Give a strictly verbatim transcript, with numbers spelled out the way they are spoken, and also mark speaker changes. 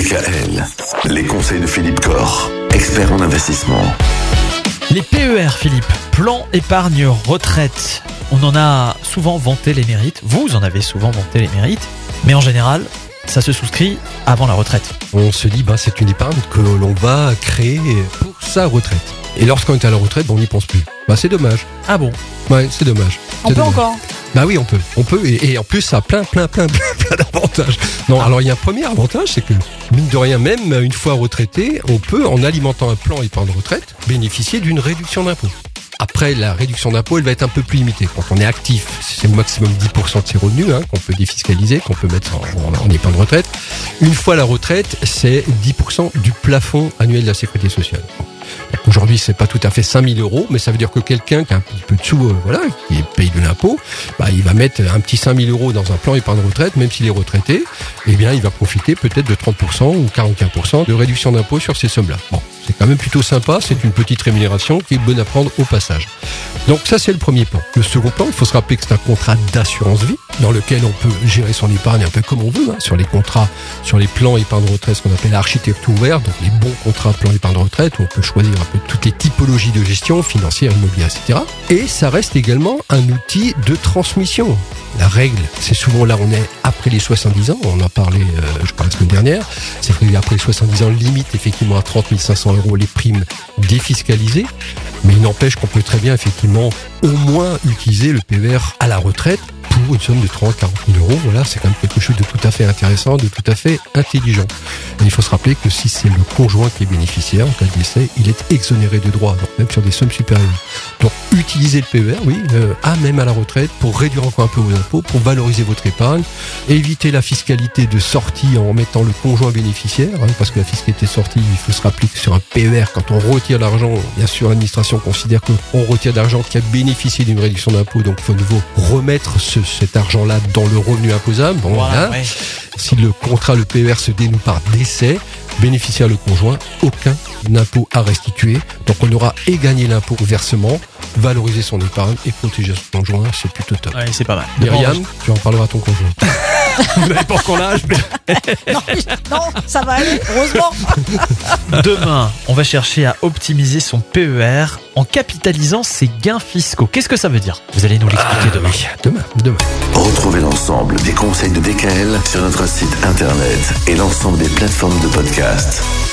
Speaker 1: D K L, les conseils de Philippe Corr, expert en investissement.
Speaker 2: Les P E R, Philippe, plan épargne retraite. On en a souvent vanté les mérites. Vous en avez souvent vanté les mérites. Mais en général, ça se souscrit avant la retraite.
Speaker 3: On se dit, bah, c'est une épargne que l'on va créer pour sa retraite. Et lorsqu'on est à la retraite, bah, on n'y pense plus. Bah, c'est dommage.
Speaker 2: Ah bon ?
Speaker 3: Ouais, c'est dommage.
Speaker 4: On
Speaker 3: c'est
Speaker 4: peut
Speaker 3: dommage.
Speaker 4: encore.
Speaker 3: Bah oui, on peut. On peut. Et, et en plus, ça a plein, plein, plein, plein, plein d'avantages. Non, alors il y a un premier avantage, c'est que, mine de rien, même une fois retraité, on peut, en alimentant un plan épargne retraite, bénéficier d'une réduction d'impôt. Après, la réduction d'impôt, elle va être un peu plus limitée. Quand on est actif, c'est au maximum dix pour cent de ses revenus hein, qu'on peut défiscaliser, qu'on peut mettre en, en, en épargne retraite. Une fois la retraite, c'est dix pour cent du plafond annuel de la sécurité sociale. Donc aujourd'hui, c'est pas tout à fait cinq mille euros, mais ça veut dire que quelqu'un qui a un petit peu de sous, euh, voilà, qui paye de l'impôt, bah, il va mettre un petit cinq mille euros dans un plan épargne retraite, même s'il est retraité, eh bien, il va profiter peut-être de trente pour cent ou quarante-cinq pour cent de réduction d'impôt sur ces sommes-là. Bon. C'est quand même plutôt sympa, c'est une petite rémunération qui est bonne à prendre au passage. Donc ça, c'est le premier plan. Le second plan, il faut se rappeler que c'est un contrat d'assurance vie dans lequel on peut gérer son épargne un peu comme on veut, hein, sur les contrats, sur les plans épargne retraite, ce qu'on appelle l'architecture ouverte, donc les bons contrats plan épargne retraite, où on peut choisir un peu toutes les typologies de gestion, financière, immobilière, et cetera. Et ça reste également un outil de transmission. La règle, c'est souvent là on est après les soixante-dix ans, on en parlait euh, je crois la semaine dernière, c'est vrai qu'après les soixante-dix ans, limite effectivement à trente mille cinq cents euros les primes défiscalisées, mais il n'empêche qu'on peut très bien effectivement au moins utiliser le P E R à la retraite pour une somme de trente à quarante mille euros. Voilà, c'est quand même quelque chose de tout à fait intéressant, de tout à fait intelligent. Et il faut se rappeler que si c'est le conjoint qui est bénéficiaire, en cas de décès, il est exonéré de droits, donc même sur des sommes supérieures. Donc, utilisez le P E R, oui, euh, à même à la retraite, pour réduire encore un peu vos impôts, pour valoriser votre épargne, éviter la fiscalité de sortie en mettant le conjoint bénéficiaire, hein, parce que la fiscalité de sortie, il faut se rappeler que sur un P E R, quand on retire l'argent, bien sûr, l'administration considère qu'on retire d'argent qui a bénéficié d'une réduction d'impôt, donc il faut de nouveau remettre ce, cet argent-là dans le revenu imposable. Bon, voilà.
Speaker 2: Ouais.
Speaker 3: Si le contrat, le P E R se dénoue par décès, bénéficiaire le conjoint, aucun impôt à restituer. Donc on aura et gagné l'impôt au versement, valoriser son épargne et protéger son conjoint, c'est plutôt top.
Speaker 2: Ouais, c'est pas mal.
Speaker 3: Myriam, bon, tu en parleras à ton conjoint.
Speaker 2: Vous n'avez pas encore l'âge, mais...
Speaker 4: non, non, ça va aller, heureusement.
Speaker 2: Demain, on va chercher à optimiser son P E R en capitalisant ses gains fiscaux. Qu'est-ce que ça veut dire ? Vous allez nous l'expliquer
Speaker 3: ah,
Speaker 2: demain.
Speaker 3: Oui, demain, demain.
Speaker 1: Retrouvez l'ensemble des conseils de D K L sur notre site internet et l'ensemble des plateformes de podcast.